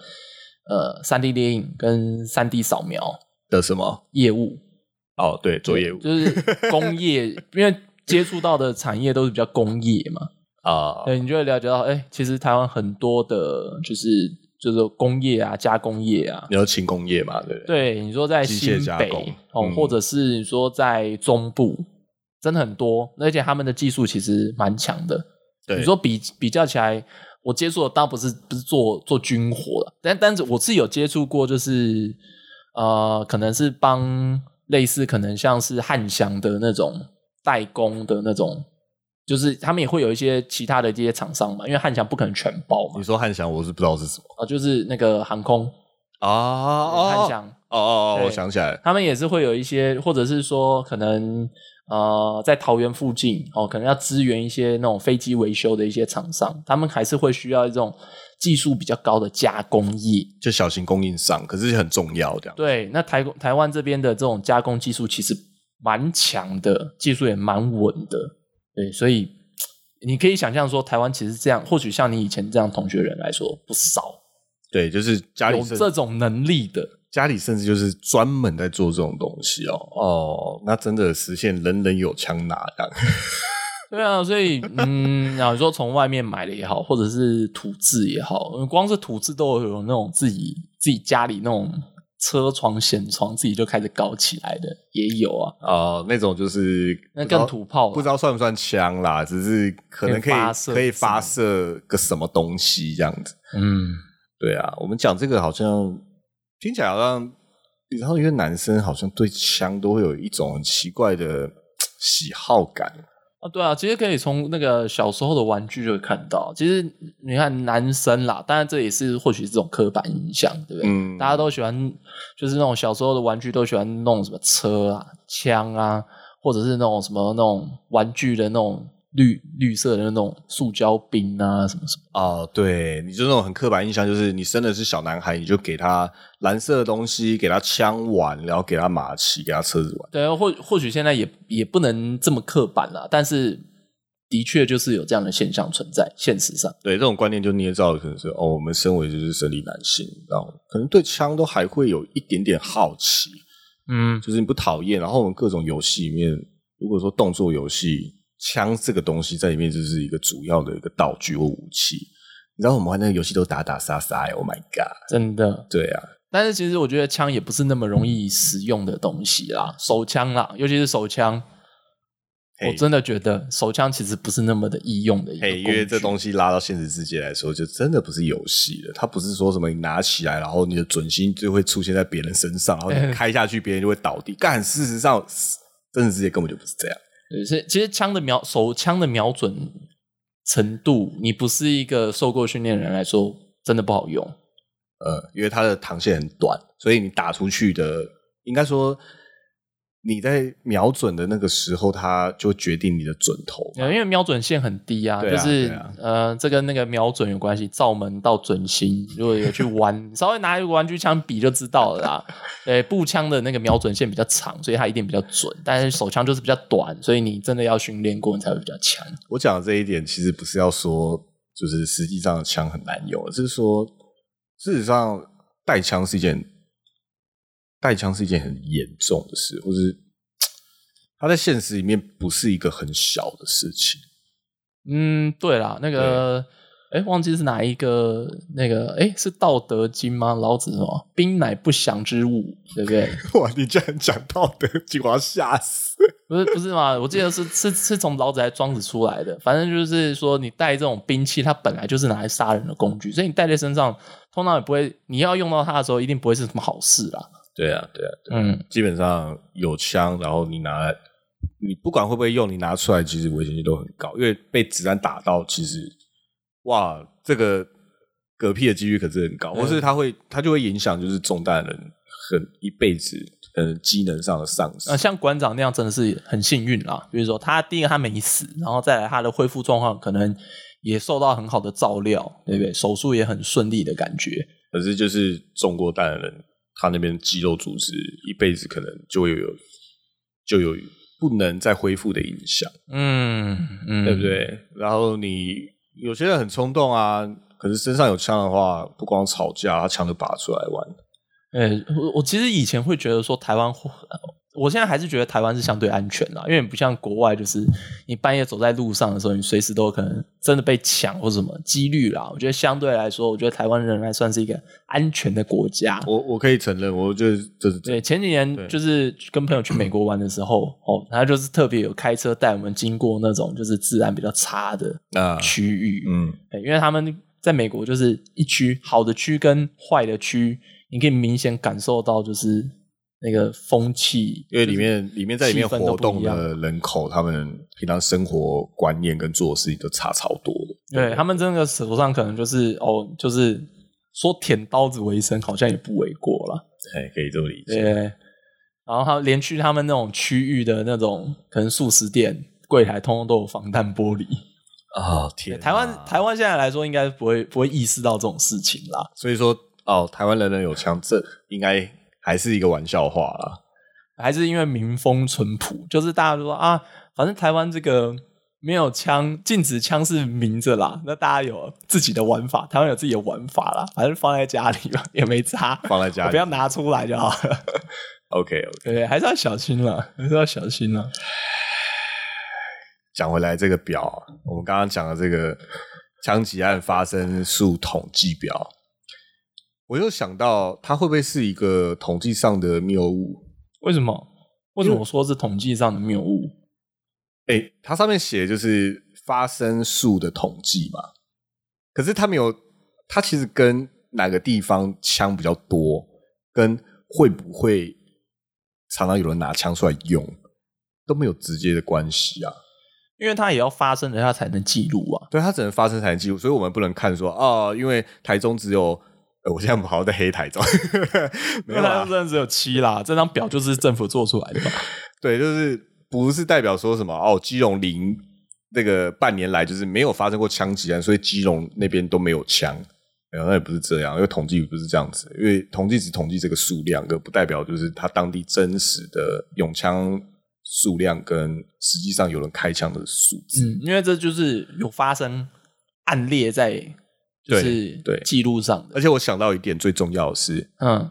3D 列印跟3D 扫描的什么业务。 对，做业务就是工业，因为接触到的产业都是比较工业嘛。对，你就会了解到，其实台湾很多的就是工业啊、加工业啊， 你说轻工业嘛，对不对？ 对，你说在新北或者是你说在中部。真的很多，而且他们的技术其实蛮强的。 对， 你说比较起来，我接触的当然不是做军火的，但是我是有接触过，就是可能是帮类似可能像是汉翔的那种代工的那种，就是他们也会有一些其他的这些厂商嘛，因为汉翔不可能全包嘛。 你说汉翔，我是不知道是什么就是那个航空汉翔我想起来了， 他们也是会有一些，或者是说可能。在桃园附近可能要支援一些那种飞机维修的一些厂商，他们还是会需要这种技术比较高的加工业， 就小型供应商，可是很重要这样。 对，那台湾这边的这种加工技术其实蛮强的，技术也蛮稳的。对，所以你可以想象说，台湾其实这样，或许像你以前这样同学人来说不少。 对，就是家里有这种能力的。 家里甚至就是专门在做这种东西那真的实现人人有枪拿这样。 对啊，所以你说从外面买的也好，或者是土制也好，光是土制都有那种自己家里那种车床、舷床自己就开始搞起来的也有啊。 那种就是那更土炮， 不知道算不算枪啦，只是可能可以发射个什么东西这样子。对啊，我们讲这个好像。听起来好像，然后因为男生好像对枪都会有一种很奇怪的喜好感对啊，其实可以从那个小时候的玩具就会看到。其实你看男生啦，当然这也是或许是这种刻板印象，对不对？大家都喜欢，就是那种小时候的玩具都喜欢弄什么车啊、枪啊，或者是那种什么那种玩具的那种。绿色的那种塑胶冰啊，什么什么对，你就那种很刻板印象，就是你生的是小男孩，你就给他蓝色的东西，给他枪玩，然后给他马骑，给他车子玩。 对，或许现在也不能这么刻板啦，但是的确就是有这样的现象存在，现实上。 对，这种观念就捏造的可能是我们身为就是生理男性，然后可能对枪都还会有一点点好奇，就是你不讨厌，然后我们各种游戏里面，如果说动作游戏。枪这个东西在里面就是一个主要的一个道具或武器，你知道我们玩那个游戏都打打杀杀，Oh my god， 真的， 对啊。 但是其实我觉得枪也不是那么容易使用的东西啦，手枪啦，尤其是手枪，我真的觉得手枪其实不是那么的易用的一个工具。 因为这东西拉到现实世界来说，就真的不是游戏了。它不是说什么你拿起来，然后你的准心就会出现在别人身上，然后你开下去，别人就会倒地。干，事实上，真实世界根本就不是这样。 其实手枪的瞄准程度，你不是一个受过训练的人来说，真的不好用。 因为它的膛线很短，所以你打出去的，应该说你在瞄准的那个时候，它就决定你的准头。 因为瞄准线很低啊，就是这跟那个瞄准有关系，照门到准心，如果有去玩，稍微拿一个玩具枪比就知道了啦。对，步枪的那个瞄准线比较长，所以它一定比较准，但是手枪就是比较短，所以你真的要训练过，你才会比较强。 我讲的这一点，其实不是要说就是实际上的枪很难用，而是说事实上带枪是一件很严重的事，或是它在现实里面不是一个很小的事情。 对啦，那个忘记是哪一个那个是《道德经》吗？老子什么兵乃不祥之物，对不对？ 哇，你居然讲《道德经》，我要吓死！ 不是嘛？我记得是从老子还是庄子出来的，反正就是说你带这种兵器，它本来就是拿来杀人的工具，所以你带在身上，通常也不会，你要用到它的时候，一定不会是什么好事啦。 对啊，基本上有枪，然后你不管会不会用，你拿出来其实危险性都很高，因为被子弹打到，其实哇，这个嗝屁的几率可是很高，或是它就会影响就是中弹的人一辈子机能上的丧失。 像馆长那样真的是很幸运啦，比如说第一个他没死，然后再来他的恢复状况可能也受到很好的照料，对不对？手术也很顺利的感觉。 可是就是中过弹的人，他那边肌肉组织一辈子可能就有不能再恢复的影响，对不对？然后你有些人很冲动啊，可是身上有枪的话，不光吵架，他枪就拔出来玩。 我其实以前会觉得说台湾，我现在还是觉得台湾是相对安全啦，因为不像国外，就是你半夜走在路上的时候，你随时都有可能真的被抢或什么几率啦。我觉得相对来说，我觉得台湾仍然算是一个安全的国家。 我可以承认，我觉得这是对。前几年就是跟朋友去美国玩的时候，他就是特别有开车带我们经过那种就是治安比较差的区域，因为他们在美国就是一区好的区跟坏的区，你可以明显感受到就是那个风气， 因为里面在里面活动的人口，他们平常生活观念跟做事都差超多的。 对，他们真的手上可能就是就是说舔刀子为生，好像也不为过啦。 可以这么理解。 对，然后连去他们那种区域的那种可能素食店柜台，通通都有防弹玻璃。 天！ 台湾现在来说，应该不会意识到这种事情啦。 所以说，台湾人人有枪，这应该还是一个玩笑话啦， 还是因为民风淳朴，就是大家都说反正台湾这个没有枪，禁止枪是明着啦，那大家有自己的玩法，台湾有自己的玩法啦，反正放在家里吧，也没差， 放在家里， 不要拿出来就好了。 OK， 对，还是要小心啦，还是要小心啦。 讲回来这个表，我们刚刚讲的这个枪击案发生数统计表，我又想到它会不会是一个统计上的谬误？ 为什么我说是统计上的谬误？ 它上面写的就是发生数的统计嘛，可是它其实跟哪个地方枪比较多，跟会不会常常有人拿枪出来用都没有直接的关系啊。 因为它也要发生了，它才能记录啊。 对，它只能发生才能记录，所以我们不能看说因为台中只有我现在好像在黑台中， 没有啦，台中真的只有7啦。这张表就是政府做出来的嘛。 对，就是不是代表说什么基隆0那个半年来就是没有发生过枪击案，所以基隆那边都没有枪。那也不是这样，因为统计不是这样子，因为统计只统计这个数量，不代表就是它当地真实的拥枪数量跟实际上有人开枪的数字。 因为这就是有发生案列在就是记录上的。 而且我想到一点最重要的是，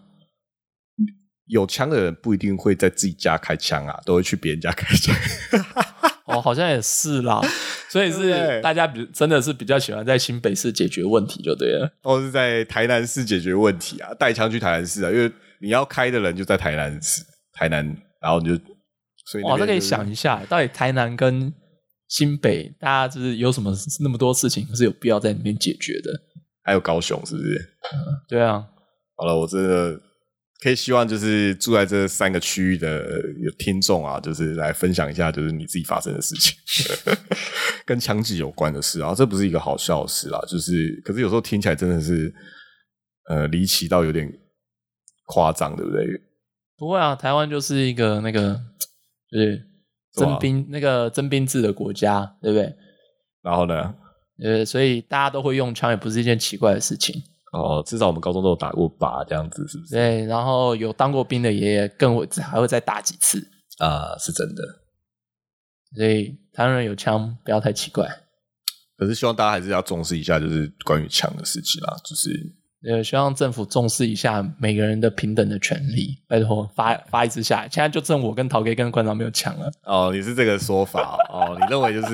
有枪的人不一定会在自己家开枪啊，都会去别人家开枪。 好像也是啦，所以是大家真的是比较喜欢在新北市解决问题就对了， 或是在台南市解决问题啊，带枪去台南市啊，因为你要开的人就在台南市，然后你就所以这可以想一下，到底台南跟新北大家就是有什么那么多事情是有必要在里面解决的？ 还有高雄是不是？ 对啊。 好了，我真的可以希望就是住在这3个区域的有听众啊，就是来分享一下就是你自己发生的事情跟枪击有关的事啊，这不是一个好笑的事啦，就是可是有时候听起来真的是离奇到有点夸张，对不对？ 不会啊，台湾就是一个那个就是征兵制的国家，对不对？ 然后呢？ 所以大家都会用枪，也不是一件奇怪的事情。 至少我们高中都有打过靶，这样子是不是？ 对，然后有当过兵的也还会再打几次是真的。 所以台湾人有枪不要太奇怪。 可是希望大家还是要重视一下，就是关于枪的事情啦，就是希望政府重视一下每个人的平等的权利，拜托发一支下来。现在就剩我跟陶哥跟馆长没有枪了。 你是这个说法你认为就是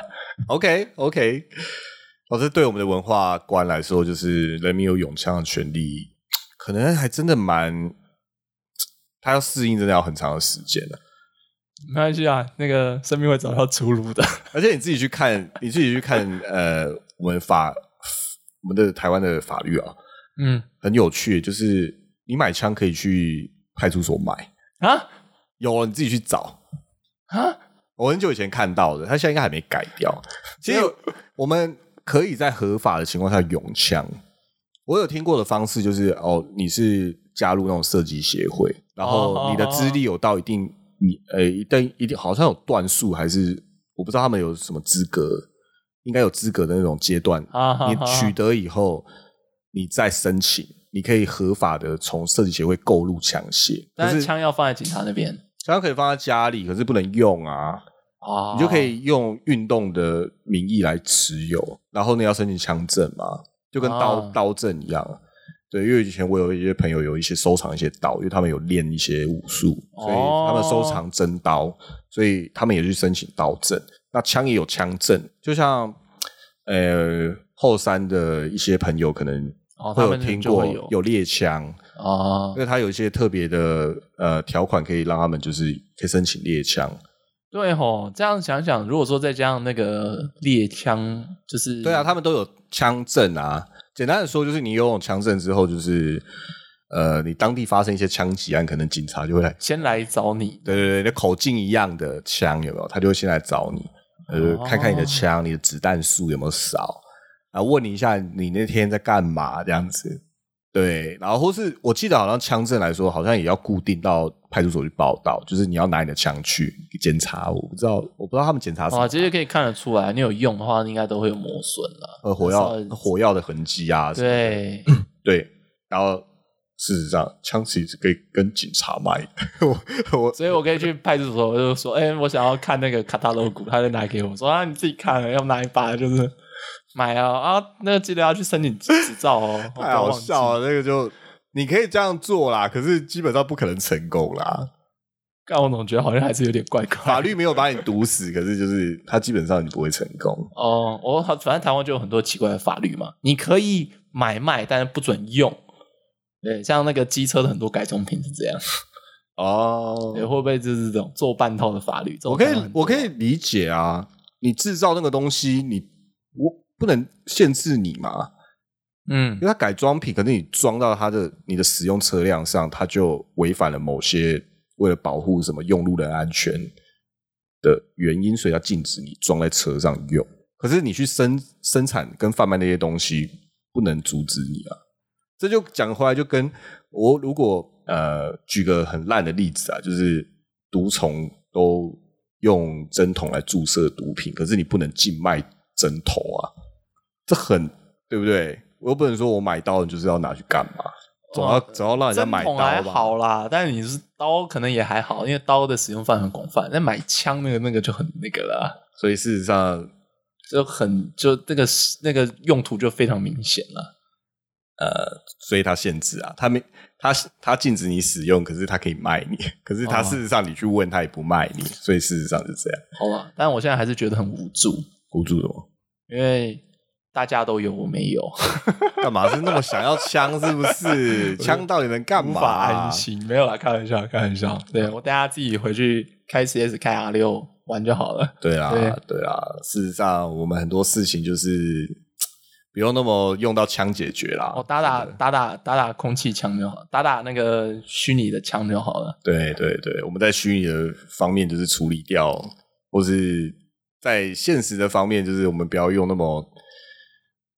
OK， 这对我们的文化观来说，就是人民有拥枪的权利，可能还真的他要适应真的要很长的时间了。 没关系啊，那个生命会找到出路的。 而且你自己去看我们的台湾的法律啊，很有趣，就是你买枪可以去派出所买啊，有你自己去找啊。我很久以前看到的，他现在应该还没改掉。其实我们可以在合法的情况下拥枪。我有听过的方式就是你是加入那种射击协会，然后你的资历有到一定。一定好像有段数，还是我不知道他们有什么资格，应该有资格的那种阶段。你取得以后，你再申请，你可以合法的从射击协会购入枪械。 但是枪要放在警察那边， 枪可以放在家里，可是不能用啊。你就可以用运动的名义来持有，然后你要申请枪证嘛，就跟刀证一样。对，因为以前我有一些朋友有一些收藏一些刀，因为他们有练一些武术，所以他们收藏真刀，所以他们也去申请刀证。那枪也有枪证，就像后山的一些朋友可能会有听过有猎枪因为他有一些特别的条款可以让他们就是可以申请猎枪。 对吼，这样想想，如果说再加上那个猎枪，就是对啊，他们都有枪证啊。简单的说，就是你拥有枪证之后，就是你当地发生一些枪击案，可能警察就会先来找你。 对对对，那口径一样的枪有没有？他就会先来找你，看看你的枪，你的子弹数有没有少，然后问你一下你那天在干嘛这样子。对，然后或是我记得好像枪证来说，好像也要固定到派出所去报到，就是你要拿你的枪去检查。我不知道他们检查什么。 其实可以看得出来，你有用的话，应该都会有磨损啦， 火药的痕迹啊。 对对，然后事实上，枪其实可以跟警察买。 所以我可以去派出所，我就说，我想要看那个卡塔罗古，他就拿给我说你自己看，要拿一把就是。买那个记得要去申请执照太好笑了，那个就你可以这样做啦，可是基本上不可能成功啦。 但我总觉得好像还是有点怪怪。 法律没有把你毒死，可是就是它基本上你不会成功。 反正台湾就有很多奇怪的法律嘛，你可以买卖，但是不准用。对，像那个机车的很多改装品是这样。对，会不会就是这种做半套的法律？ 我可以理解啊，你制造那个东西，我不能限制你嘛，因为它改装品，可是你装到你的使用车辆上，它就违反了某些为了保护什么用路人安全的原因，所以它禁止你装在车上用。可是你去生产跟贩卖那些东西，不能阻止你啊。这就讲回来，就跟我如果举个很烂的例子啊，就是毒虫都用针筒来注射毒品，可是你不能禁卖针头啊，这很对不对？我又不能说我买刀就是要拿去干嘛，总要让人家买刀吧。 针筒还好啦，但是你是刀可能也还好，因为刀的使用范围很广泛。但买枪那个就很那个了， 所以事实上就那个用途就非常明显了。 所以它限制啊，它禁止你使用，可是它可以卖你，可是它事实上你去问他也不卖你，所以事实上是这样。 好吧，但我现在还是觉得很无助。 无助什么？ 因为大家都有，我没有。 干嘛是那么想要枪？是不是？枪到底能干嘛？ 无法安心。没有啦，开玩笑。对，我大家自己回去开 CS 开 R6 玩就好了。 对啦。事实上，我们很多事情就是不用那么用到枪解决啦。打空气枪就好，打那个虚拟的枪就好了。 对，我们在虚拟的方面就是处理掉，或是在现实的方面，就是我们不要用那么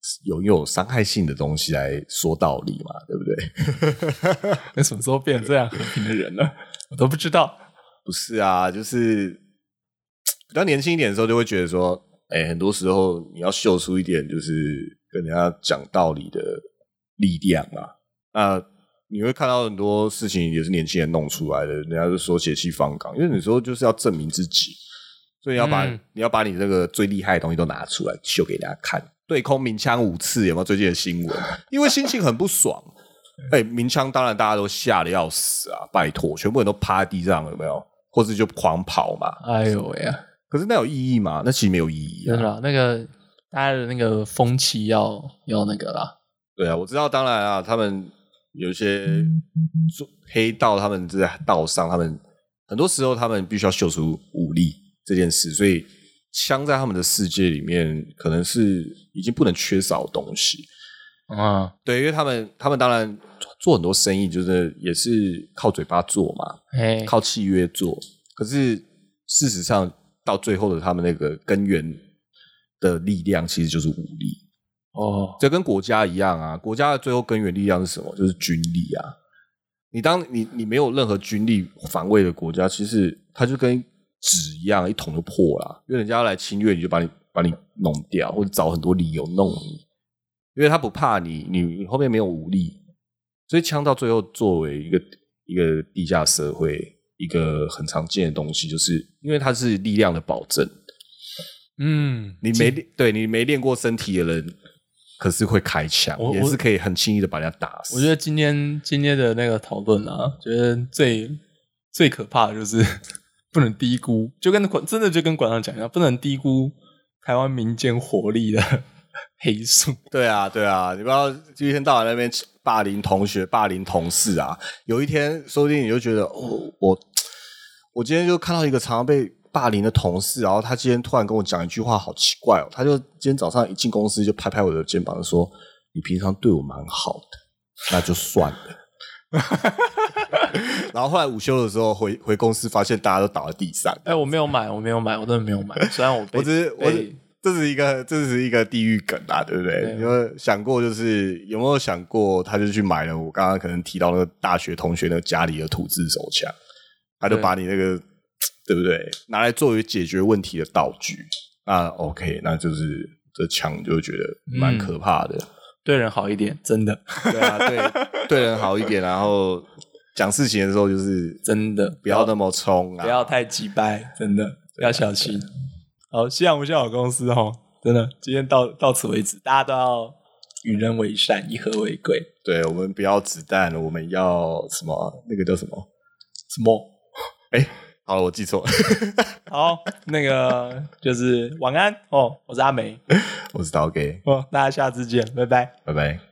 有伤害性的东西来说道理嘛，对不对？ 那什么时候变成这样和平的人了？我都不知道。 不是啊，就是比较年轻一点的时候，就会觉得说，很多时候你要秀出一点，就是跟人家讲道理的力量嘛。那你会看到很多事情也是年轻人弄出来的，人家就说血气方刚，因为有时候就是要证明自己，所以你要把你这个最厉害的东西都拿出来秀给大家看。对空鸣枪5次，有没有最近的新闻？因为心情很不爽。鸣枪当然大家都吓得要死啊，拜托，全部人都趴在地上，有没有？或是就狂跑嘛？ 哎呦喂啊！ 可是那有意义吗？那其实没有意义啊。 真的，那个大家的那个风气要那个啦。 对啊，我知道，当然啊，他们有一些黑道，他们在道上，他们很多时候他们必须要秀出武力这件事，所以枪在他们的世界里面可能是已经不能缺少的东西。对，因为他们当然做很多生意，就是也是靠嘴巴做嘛，靠契约做。可是事实上，到最后的他们那个根源的力量，其实就是武力。这跟国家一样啊，国家的最后根源力量是什么？就是军力啊。你没有任何军力防卫的国家，其实它就跟纸一样，一捅就破了。因为人家要来侵略，你就把你弄掉，或者找很多理由弄你。因为他不怕你后面没有武力，所以枪到最后作为一个地下社会一个很常见的东西，就是因为它是力量的保证。你没练过身体的人，可是会开枪，也是可以很轻易的把人家打死。 我觉得今天的那个讨论啊，觉得最可怕的就是不能低估，真的就跟馆长讲一样，不能低估台湾民间火力的黑数。 对啊，你不要一天到晚那边霸凌同学、霸凌同事啊！有一天，说不定你就觉得，我今天就看到一个常常被霸凌的同事，然后他今天突然跟我讲一句话，好奇怪哦！他就今天早上一进公司就拍拍我的肩膀说：“你平常对我蛮好的，那就算了。”然后后来午休的时候回公司，发现大家都倒在地上。 我没有买，我真的没有买。虽然这是一个地狱梗啊，对不对？你有想过，就是有没有想过，他就去买了我刚刚可能提到那个大学同学那个家里的土制手枪，他就把你那个对不对拿来作为解决问题的道具。那 OK， 那就是这枪就觉得蛮可怕的。 对人好一点，真的。 对啊，对人好一点，然后讲事情的时候就是真的不要那么冲啊， 不要太急掰，真的要小心。好，夕阳无限好公司真的今天到此为止，大家都要与人为善，以和为贵。 对，我们不要子弹，我们要什么？那个叫什么？好了，我记错了。 好，那个就是晚安我是阿梅， 我是刀 K， 大家下次见，拜拜， 拜拜。